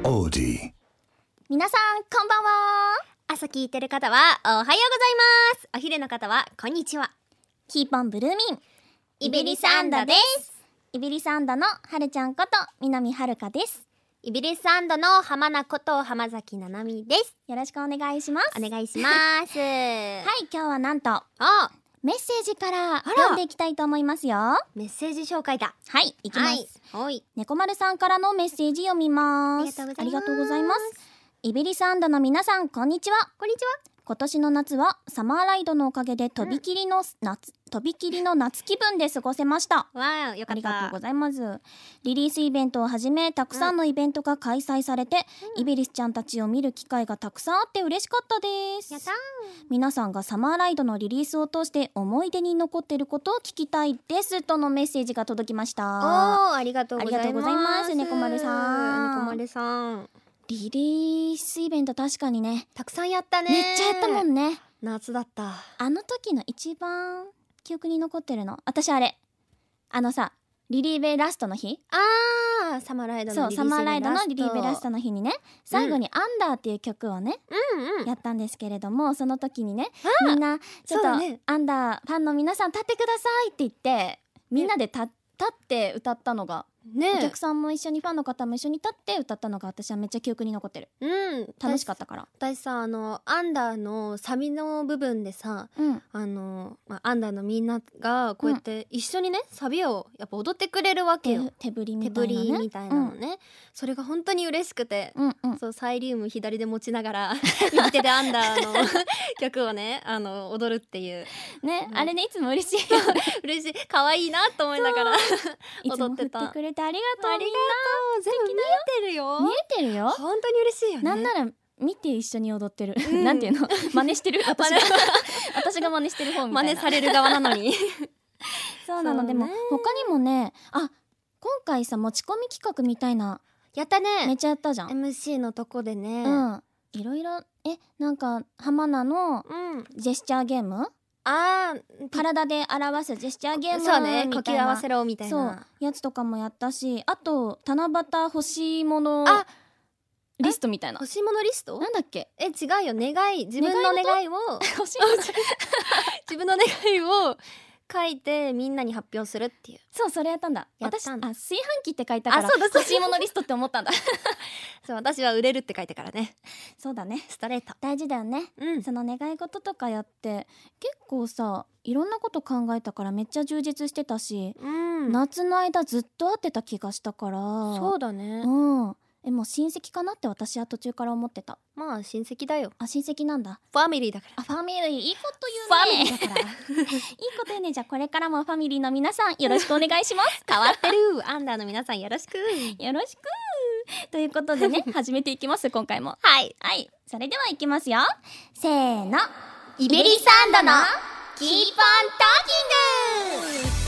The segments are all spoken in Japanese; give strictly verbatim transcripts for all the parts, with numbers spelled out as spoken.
オーディ。 皆さんこんばんは。 朝聞いてる方はおはようございます。お昼の方はこんにちは。 キーポンブルーミンイベリサンドです。 イベリサンドのはるちゃんこと南はるかです。 イベリサンドの浜名こと浜崎ななみです。 よろしくお願いします。 お願いしますはい、今日はなんとあ、 メッセージから読んでいきたいと思いますよ。 メッセージ紹介だ。 はい、いきます。 はい、 猫丸さんからのメッセージ読みます。 ありがとうございます。 イベリサンドの皆さんこんにちは。 こんにちは。 今年の夏はサマーライドのおかげでとびきりの夏、うん、とびきりの夏気分で過ごせました。 わあ、よかった。 ありがとうございます。リリースイベントをはじめたくさんのイベントが開催されて、うん、イベリスちゃんたちを見る機会がたくさんあって嬉しかったです。 やったー。 皆さんがサマーライドのリリースを通して思い出に残っていることを聞きたいですとのメッセージが届きました。 おー、ありがとうございます。 ありがとうございます。猫丸さん。 猫丸さん。 リリースイベント確かにね、 たくさんやったね。 めっちゃやったもんね。 夏だった。 あの時の一番記憶に残ってるの、私あれ、あのさ、リリーベラストの日、 あー、サマーライドのリリースそう、サマーライドのリリーベラストの日にね、最後にアンダーっていう曲をね、 うんうん、 やったんですけれども、その時にね、みんなちょっと、ね、アンダーファンの皆さん立ってくださいって言ってみんなで立って歌ったのが、ね、お客さんも一緒にファンの方も一緒に立って歌ったのが私はめっちゃ記憶に残ってる。うん、楽しかったから。 私さ、あのアンダーのサビの部分でさ、うん、あの、まあ、アンダーのみんながこうやって一緒にね、うん、サビをやっぱ踊ってくれるわけよ。 手振りみたいなね、 手振りみたいなのね、うん、それが本当に嬉しくて、うんうん、そう、サイリウム左で持ちながら右手でアンダーの曲をね、あの踊るっていうね、うん、あれね、いつも嬉しい嬉しい、可愛いなと思いながら踊ってた。 いつも振ってくれてありがとう。 ありがとう。全部見えてるよ。 見えてるよ。 本当に嬉しいよね。 なんなら見て一緒に踊ってる、うん、なんていうの、真似してる私が私が真似してる方みたいな、 真似される側なのにそうなの。でも他にもね、あ、今回さ、持ち込み企画みたいなやったね。 めっちゃやったじゃん、 エムシー のとこでね。 うん、いろいろ。え、なんか浜名のジェスチャーゲーム、 あー、 体で表すジェスチャーゲームみたいな、 そうね、呼吸合わせろみたいな、 そうやつとかもやったし、あと七夕欲しいものリストみたいな。 欲しいものリスト？ なんだっけ？ え、違うよ、願い、自分の願いを欲しい自分の願いを書いてみんなに発表するっていう。 そう、それやったんだ。 やったんだ。 私、あ、炊飯器って書いたから、 あ、そうだ、 欲しいものリストって思ったんだそう、私は売れるって書いてからね。 そうだね、 ストレート大事だよね、うん、その願い事とかやって結構さ、いろんなこと考えたからめっちゃ充実してたし、うん、夏の間ずっと会ってた気がしたから。 そうだね、 うん。え、もう親戚かなって私は途中から思ってた。 まあ親戚だよ。 あ、親戚なんだ。 ファミリーだから。 あ、ファミリー、いいこと言うね。ファミリーだからいいこと言うね。じゃあこれからもファミリーの皆さんよろしくお願いします変わってるアンダーの皆さんよろしくよろしくということでね始めていきます、今回も。 はいはい、それではいきますよ。せーの、 イベリサンドのキーポントーキング。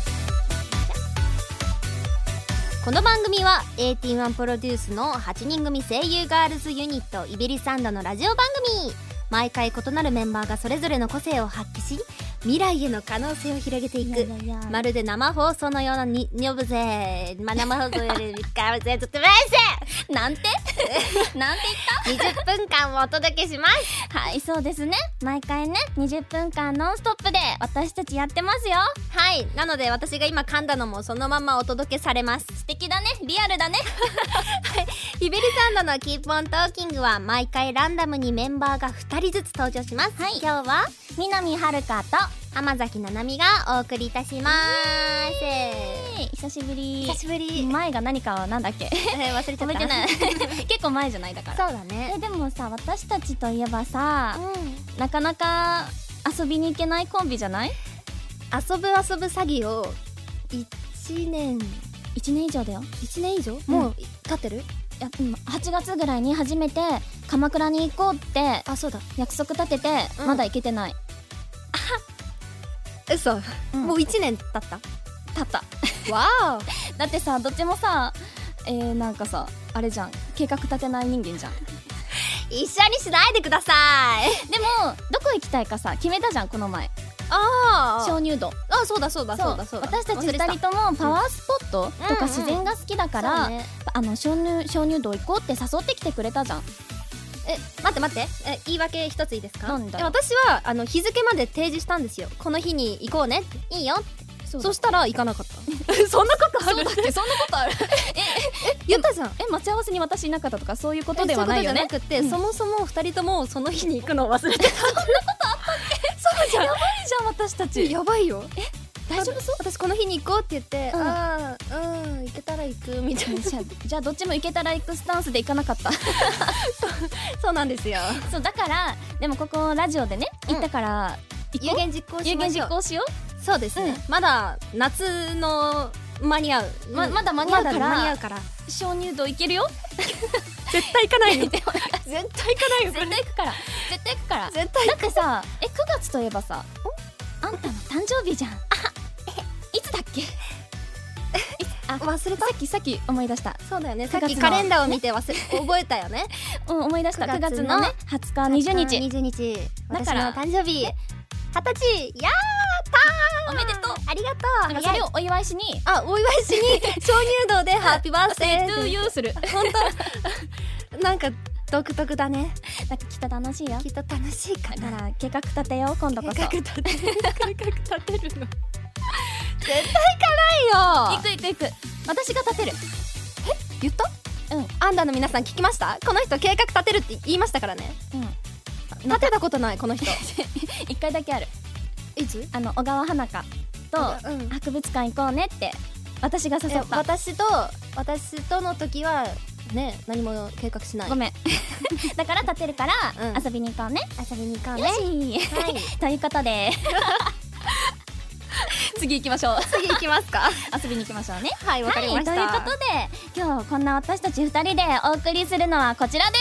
この番組はエイティワンプロデュースのはちにん組声優ガールズユニットイベリサンドのラジオ番組。毎回異なるメンバーがそれぞれの個性を発揮し、未来への可能性を広げていく、いやいやいや、まるで生放送のようなににょぶぜ、まあ、生放送よりかぜちょっと待ってなんてなんて言ったにじゅっぷんかんをお届けしますはい、そうですね、毎回ねにじゅっぷんかんノンストップで私たちやってますよ。 はい、なので私が今噛んだのもそのままお届けされます。 素敵だね、リアルだねはい、イベリサンドのキーポントーキングは毎回ランダムにメンバーがふたりずつ登場します。はい、今日は南はるかと浜崎ななみがお送りいたします。 久しぶり。 久しぶり。 前が何かはなんだっけえー、忘れちゃった。 覚えてない結構前じゃない、だから。 そうだね。 え、でもさ、私たちといえばさ、うん、なかなか遊びに行けないコンビじゃない？ 遊ぶ遊ぶ詐欺をいちねんいちねん以上だよ。 いちねん以上、うん、もう経ってる？いや、はちがつぐらいに初めて鎌倉に行こうって、 あ、そうだ、 約束立てて、うん、まだ行けてない。 あ、嘘、うん、もういちねん経った？ 経ったわーだってさ、どっちもさ、えー、なんかさ、あれじゃん、計画立てない人間じゃん一緒にしないでください。 でもどこ行きたいかさ決めたじゃん、この前。 ああ鍾乳洞。 あ、そうだそうだそうだそうだ。 私たちふたりともパワースポットとか自然が好きだから、 うんうん、 あの鍾乳鍾乳洞行こうって誘ってきてくれたじゃん。 え、待って待って、え、言い訳一ついいですか？ なんだよ。 私はあの日付まで提示したんですよ。この日に行こうね、いいよって。そ, そしたら行かなかったそんなことある？ そうだっけ？そんなことある？ええ言ったじゃん。 え、待ち合わせに私いなかったとかそういうことではないよね。 そういうことじゃなくて、うん、そもそもふたりともその日に行くのを忘れてた。そんなことあったっけ？そうじゃん。 やばいじゃん私たち。 やばいよ。 え、大丈夫そう？ 私この日に行こうって言って、 うん、 ああ、うん、行けたら行くみたいな。 じゃあ、じゃあどっちも行けたら行くスタンスで行かなかった。 そう、そうなんですよ。 そうだから、でもここラジオでね行ったから、 うん、有言実行しましょう。 有言実行しよう。 そうですね、うん、まだ夏の間に合う、 ま, まだ間に合うから、 まだ間に合うから鍾乳洞行けるよ。 絶対行かないよ。 絶対行かないよ。絶対行くから絶対行くから絶対だってさ、え、くがつといえばさ、あんたの誕生日じゃん。あ、え、いつだっけ？あ、 忘れた。 さっきさっき思い出した。 そうだよね、さっきカレンダーを見て忘れ覚えたよね。 うん、思い出した。くがつのねはつかにじゅうにちにじゅうにち、 だから私の誕生日はたち。やったー、 おめでとう。 ありがとう。 なんかそれをお祝いしに、 あ、お祝いしに鍾乳洞でハッピーバースデートゥーユーする。 本当なんか独特だね。 なんかきっと楽しいよ。 きっと楽しいかだな。 から計画立てよう、今度こそ。 計画立てる。計画立てるの絶対行かないよ。 行く行く行く。私が立てる。 え、言った？ うん。 アンダーの皆さん聞きました？この人計画立てるって言いましたからね。 うん。 立てたことないこの人。 一回だけある。 いつ？ あの小川花香と博物館行こうねって私が誘った。 私と私との時はね、何も計画しない。 ごめん。だから立てるから遊びに行こうね。 遊びに行こうね。 よし。はい。ということで次行きましょう。 次行きますか。 遊びに行きましょうね。 はい、わかりました。 ということで今日こんな私たちふたりでお送りするのはこちらです。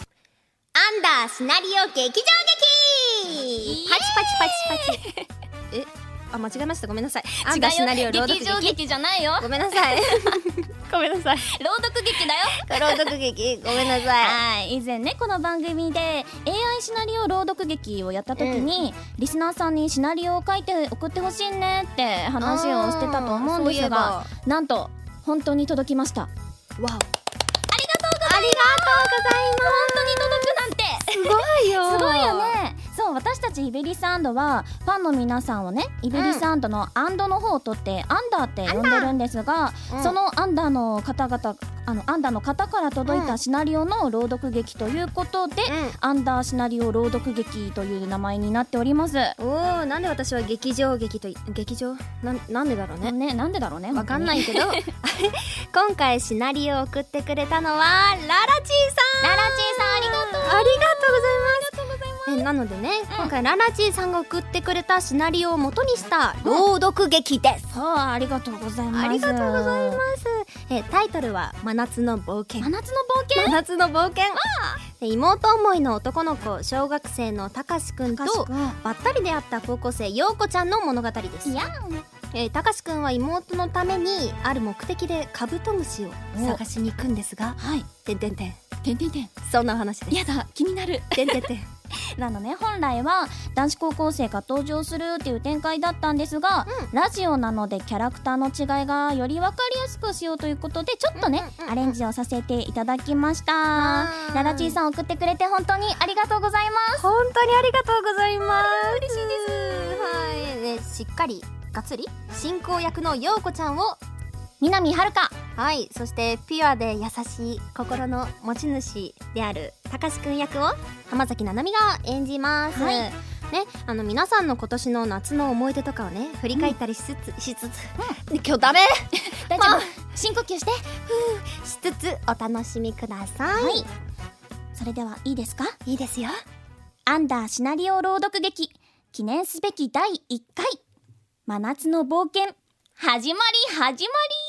アンダーシナリオ劇場劇。パチパチパチパチ。え、あ、間違えました。ごめんなさい。アンダーシナリオ朗読劇。 劇場劇じゃないよ。 ごめんなさい。ごめんなさい。 朗読劇だよ。 朗読劇。ごめんなさい。 はい。以前ね、この番組で エーアイ シナリオ朗読劇をやった時に、うん、リスナーさんにシナリオを書いて送ってほしいねって話をしてたと思うんですが、なんと本当に届きました。わお。ありがとうございます。 ありがとうございます。 本当に届くなんて。 すごいよ。 すごいよね。そう、私たちイベリサンドはファンの皆さんをね、イベリサンドのアンドの方を取ってアンダーって呼んでるんですが、うん、そのアンダーの方々、あのアンダーの方から届いたシナリオの朗読劇ということで、うん、アンダーシナリオ朗読劇という名前になっております。 おー、なんで私は劇場劇と劇場な、なんでだろうね。 ね、なんでだろうね。 わかんないけど今回シナリオを送ってくれたのはララチーさん。 ララチーさん、ありがとう。 ありがとうございます。えなのでね、うん、今回ララチーさんが送ってくれたシナリオを元にした朗読劇です。 うん、あ, ありがとうございます。 ありがとうございます。えタイトルは真夏の冒険。 真夏の冒険。 真夏の冒険。妹思いの男の子、小学生のたかしくんとばったり出会った高校生ようこちゃんの物語です。 いやえー、たかしくんは妹のためにある目的でカブトムシを探しに行くんですが、 はい、 てんてんてんてんてんてん、 そんな話です。 やだ、気になる。 てんてんてんなのね、本来は男子高校生が登場するっていう展開だったんですが、うん、ラジオなのでキャラクターの違いがより分かりやすくしようということでちょっとね、うんうんうん、アレンジをさせていただきました。ララチーさん送ってくれて本当にありがとうございます。 本当にありがとうございます。嬉しいです。はい、ね、しっかりがっつり進行役のようこちゃんを南はるか、 はい、そしてピュアで優しい心の持ち主であるたかしくん役を浜崎ななみが演じます、はい、ね、あの皆さんの今年の夏の思い出とかをね振り返ったりしつつ、うん、しつつ、うん、今日ダメ大丈夫、まあ、深呼吸してふうしつつお楽しみください、はい、 それではいいですか？ いいですよ。 アンダーシナリオ朗読劇記念すべきだいいっかい真夏の冒険始まり始まり。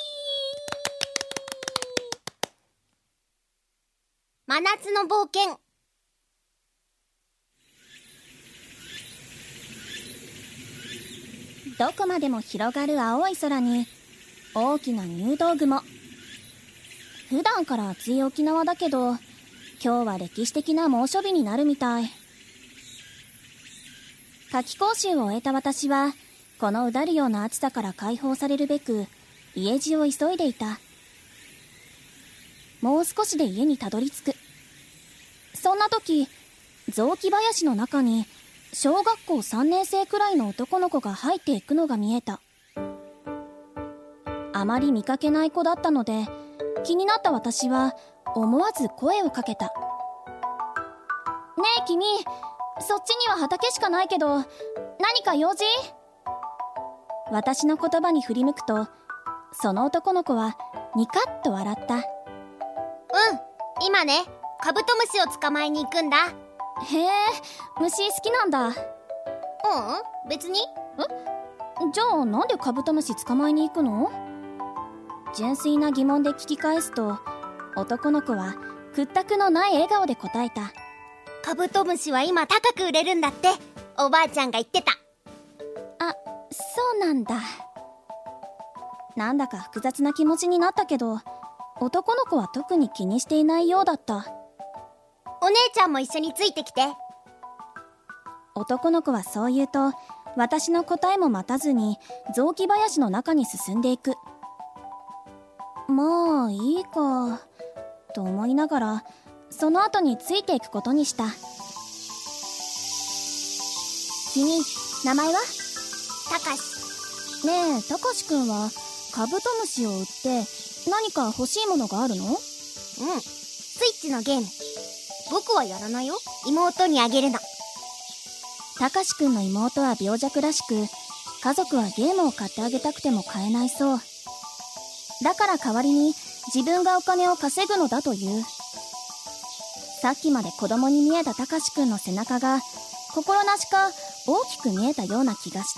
真夏の冒険。 どこまでも広がる青い空に大きな入道雲。普段から暑い沖縄だけど今日は歴史的な猛暑日になるみたい。 夏期講習を終えた私はこのうだるような暑さから解放されるべく家路を急いでいた。もう少しで家にたどり着く。そんな時、雑木林の中に小学校さんねん生くらいの男の子が入っていくのが見えた。あまり見かけない子だったので、気になった私は思わず声をかけた。ねえ君、そっちには畑しかないけど、何か用事？私の言葉に振り向くと、その男の子はニカッと笑った。 うん、今ね、カブトムシを捕まえに行くんだ。 へえ、虫好きなんだ。 ううん、別に。 え？じゃあなんでカブトムシ捕まえに行くの？純粋な疑問で聞き返すと、男の子は屈託のない笑顔で答えた。 カブトムシは今高く売れるんだって、おばあちゃんが言ってた。 あ、そうなんだ。なんだか複雑な気持ちになったけど、男の子は特に気にしていないようだった。 お姉ちゃんも一緒についてきて。 男の子はそう言うと、私の答えも待たずに雑木林の中に進んでいく。まあいいかと思いながら、その後についていくことにした。君、名前は？ たかし。 ねえ、たかしくんはカブトムシを売って何か欲しいものがあるの？うん、 スイッチのゲーム。僕はやらないよ。妹にあげるの。 たかしくんの妹は病弱らしく、家族はゲームを買ってあげたくても買えないそう。だから代わりに自分がお金を稼ぐのだという。さっきまで子供に見えたたかしくんの背中が心なしか大きく見えたような気がした。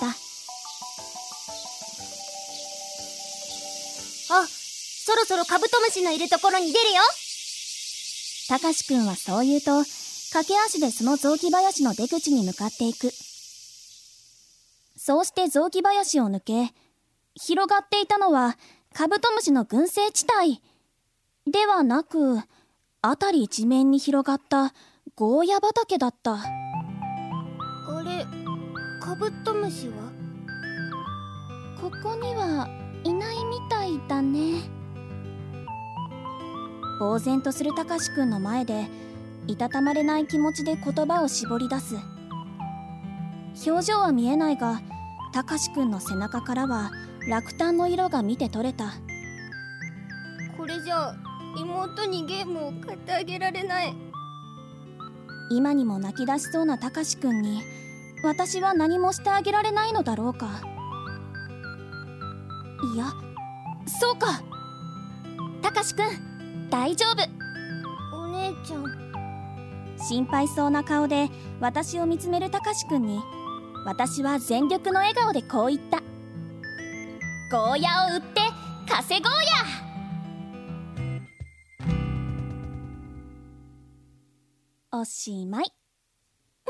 あ、そろそろカブトムシのいるところに出るよ。 たかしくんはそう言うと、駆け足でその雑木林の出口に向かっていく。そうして雑木林を抜け、広がっていたのはカブトムシの群生地帯ではなく、辺り一面に広がったゴーヤ畑だった。 あれ、カブトムシは？ ここにはいないみたいだね。呆然とするたかしくんの前で、いたたまれない気持ちで言葉を絞り出す。表情は見えないが、たかしくんの背中からは落胆の色が見て取れた。 これじゃあ妹にゲームを買ってあげられない。 今にも泣き出しそうなたかしくんに、私は何もしてあげられないのだろうか。いや、そうか。たかしくん、大丈夫。 お姉ちゃん。 心配そうな顔で私を見つめるたかしくんに、私は全力の笑顔でこう言った。ゴーヤを売って稼ごうや。おしまい。はい、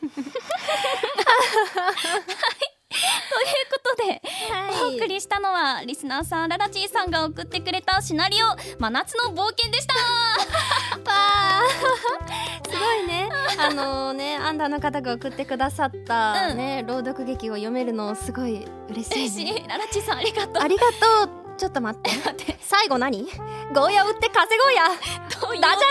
ということで、はい、お送りしたのはリスナーさんララチーさんが送ってくれたシナリオ真夏の冒険でした。 わーすごいね。あのね、アンダーの方が送ってくださったね、うん、朗読劇を読めるのすごい嬉しい、ね、 嬉しい。ララチーさんありがとう。 ありがとう。ちょっと待って待って最後何？ゴーヤ売って稼ごうや。 どういうオチだよ。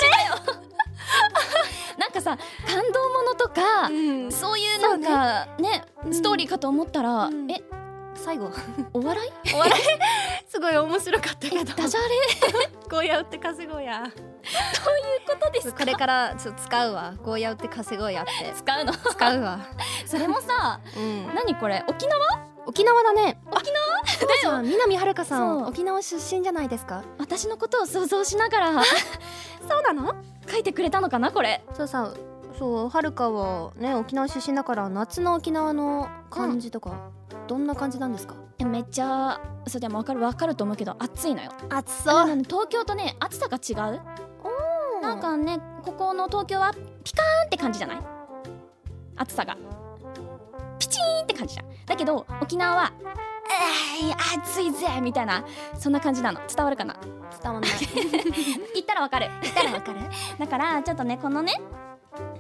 なんかさ、感動ものとか、うん、そういうなんか ね, ねストーリーかと思ったら、うん、え最後お笑いお笑いすごい面白かったけどダジャレゴーヤ売って稼ごうや。 どういうことですか？ これからちょっと使うわ。ゴーヤ売って稼ごうやって使うの使うわ。 それもさ、うん、何これ沖縄沖縄だね。 沖縄だよ。南はるかさん沖縄出身じゃないですか。 私のことを想像しながらそうなの？ 書いてくれたのかなこれ。 そうさ、そうはるかはね沖縄出身だから、夏の沖縄の感じとか、うん、どんな感じなんですか？ めっちゃそうでも分かる分かると思うけど暑いのよ。 暑そう。 東京とね暑さが違う。なんかね、ここの東京はピカーンって感じじゃない？暑さがピチーンって感じじゃん。だけど沖縄はえー、暑いぜみたいな、そんな感じなの。伝わるかな？ 伝わんない。 言ったらわかる。 言ったらわかる。 だからちょっとね、このね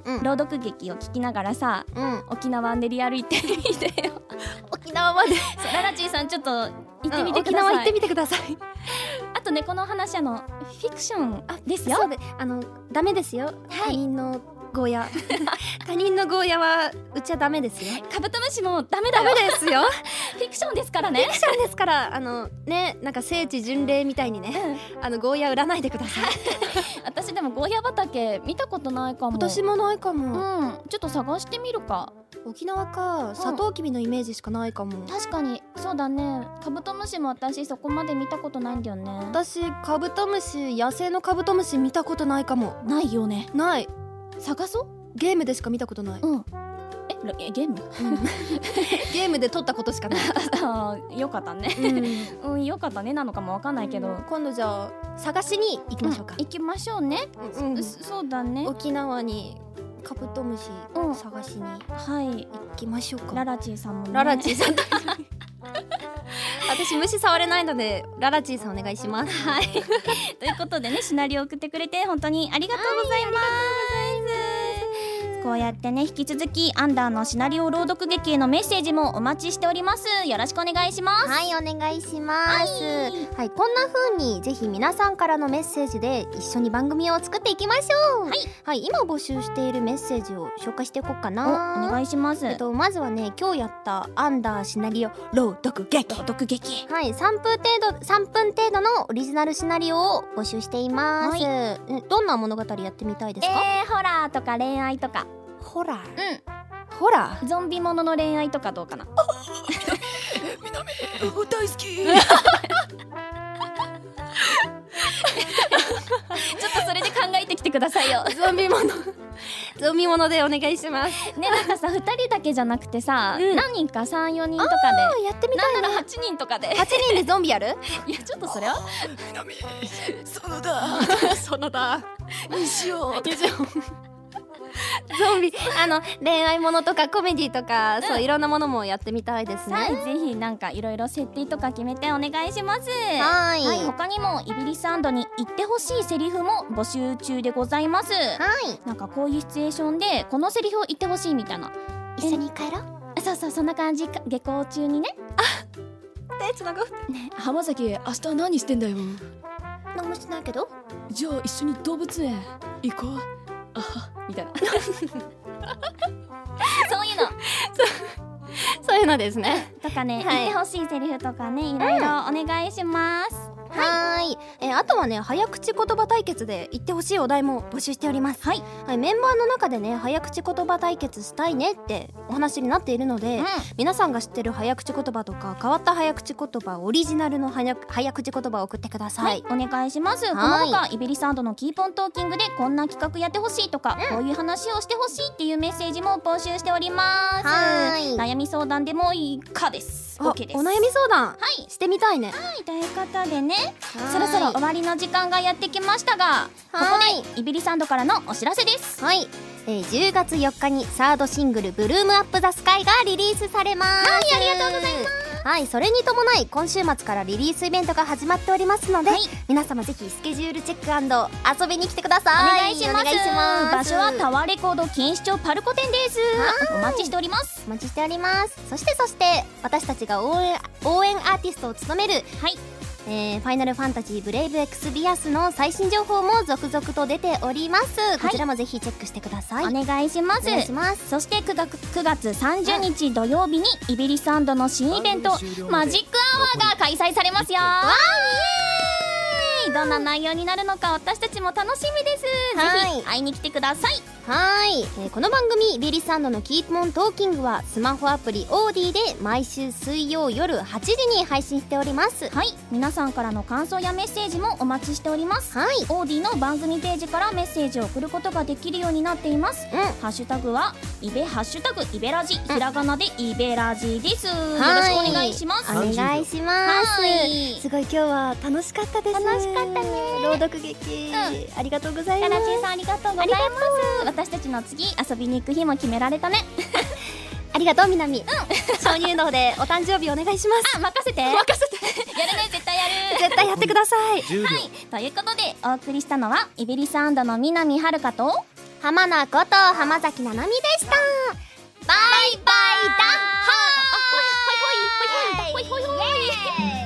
うん、朗読劇を聞きながらさ、うん、沖縄練り歩いてみてよ。 沖縄までララチーさんちょっと行ってみてください、うん、 沖縄行ってみてください。 あとね、この話あのフィクションですよ。 そうで、あのダメですよ、はい、他人のゴーヤ他人のゴーヤはうちはダメですよ。 カブトムシもダメだよ。 ダメですよ。 フィクションですからね。 フィクションですから、あのね、なんか聖地巡礼みたいにね、うん、あのゴーヤ売らないでください。 私でもゴーヤ畑見たことないかも。 私もないかも。 うん、ちょっと探してみるか。 沖縄か、サトウキビのイメージしかないかも、 うん、確かにそうだね。カブトムシも私そこまで見たことないんだよね。 私カブトムシ、野生のカブトムシ見たことないかも。 ないよね。 ない。 探そう。 ゲームでしか見たことない。 うん。え、ゲーム、うん、 ゲームで撮ったことしかない。 あ、よかったね、うん、うん、よかったねなのかもわかんないけど、うん、 今度じゃあ探しに行きましょうか、 うん、行きましょうね、うん、そ, そうだね。 沖縄にカブトムシ探しに、うん、はい行きましょうか。 ララチーさんもね。 ララチーさん私虫触れないのでララチーさんお願いします。 はい。ということでね、シナリオを送ってくれて本当にありがとうございます。こうやってね、引き続きアンダーのシナリオ朗読劇へのメッセージもお待ちしております。よろしくお願いします。 はい、お願いします。はい、はい、こんな風にぜひ皆さんからのメッセージで一緒に番組を作っていきましょう。はい、はい、今募集しているメッセージを紹介していこうかな。 お願いします。 えっとまずはね、今日やったアンダーシナリオ朗読劇。 朗読劇。 はい、さんぷん程度さんぷん程度のオリジナルシナリオを募集しています。はい、どんな物語やってみたいですか？ えー、ホラーとか恋愛とか。 ホラー、 うん、 ホラーゾンビものの恋愛とかどうかな。 みなみ大好き。ちょっとそれで考えてきてくださいよ。 ゾンビものゾンビものでお願いしますね。なんかさ、ふたりだけじゃなくてさ、うん、何人かさん、よにんとかでやってみたいね。 なんならはちにんとかではちにんでゾンビやる？ いや、ちょっとそれはみなみ園田園田西尾ゾンビ、あの恋愛ものとかコメディとか、うん、そういろんなものもやってみたいですね。 はい、ぜひなんかいろいろ設定とか決めてお願いします。はい、はい、他にもイビリスアンドに言ってほしいセリフも募集中でございます。はい、なんかこういうシチュエーションでこのセリフを言ってほしいみたいな。 一緒に帰ろう。 そうそう、そんな感じ。下校中にね。 あ、手つなぐね。浜崎、明日何してんだよ。 何もしてないけど。 じゃあ一緒に動物園行こう。あはみたいな。そういうのそ, そういうのですね。 とかね、はい、言ってほしいセリフとかね、いろいろお願いします。 うん、はい、えー、あとはね、早口言葉対決で言ってほしいお題も募集しております。はい、はい、メンバーの中でね、早口言葉対決したいねってお話になっているので、うん、皆さんが知ってる早口言葉とか変わった早口言葉、オリジナルの早早口言葉を送ってください。 はい、お願いします。この他イベリサンドのキーポントーキングでこんな企画やってほしいとか、うん、こういう話をしてほしいっていうメッセージも募集しております。はい、悩み相談でもいいかです。 OK です。 お悩み相談、 はい、してみたいね。 はい、ということでね、そろそろ終わりの時間がやってきましたが、ここでイビリサンドからのお知らせです。はい、 えー、じゅうがつよっかにサードシングル「ブルームアップザスカイがリリースされます。 はい、ありがとうございます。 はい、それに伴い今週末からリリースイベントが始まっておりますので、はい、皆様ぜひスケジュールチェック&遊びに来てください。 お願いします。お願いします。場所はタワーレコード錦糸町パルコ店です。お待ちしております。 お待ちしております。そしてそして私たちが応援応援アーティストを務める、はい、えー、ファイナルファンタジーブレイブエクスビアスの最新情報も続々と出ております。はい、こちらもぜひチェックしてください。 お願いします。お願いします。そしてくがつさんじゅうにち土曜日にイビリサンドの新イベントマジックアワーが開催されますよ。わー、イエーイ。どんな内容になるのか私たちも楽しみです。ぜひ会いに来てください。 はい、えー、この番組イビリサンドのキープオントーキングはスマホアプリオーディで毎週水曜夜はちじに配信しております。 はい、皆さんからの感想やメッセージもお待ちしております。はい、オーディの番組ページからメッセージを送ることができるようになっています。うん、ハッシュタグはイベハッシュタグイベラジ、ひらがなでイベラジです。よろしくお願いします。 お願いします。はい、すごい今日は楽しかったです。 楽しかったね。 朗読劇、うん、ありがとうございます。 ララチェさんありがとうございます。私たちの次遊びに行く日も決められたね。 ありがとうみなみ。うん、鍾乳洞でお誕生日お願いします。 あ、任せて任せて。 やるね、絶対やる。 絶対やってください。 はい、ということでお送りしたのはイビリサンドの南はるかと浜名こと浜崎ななみでした。バイバイだっはー。ほいほいほいほいほいほいほいほい。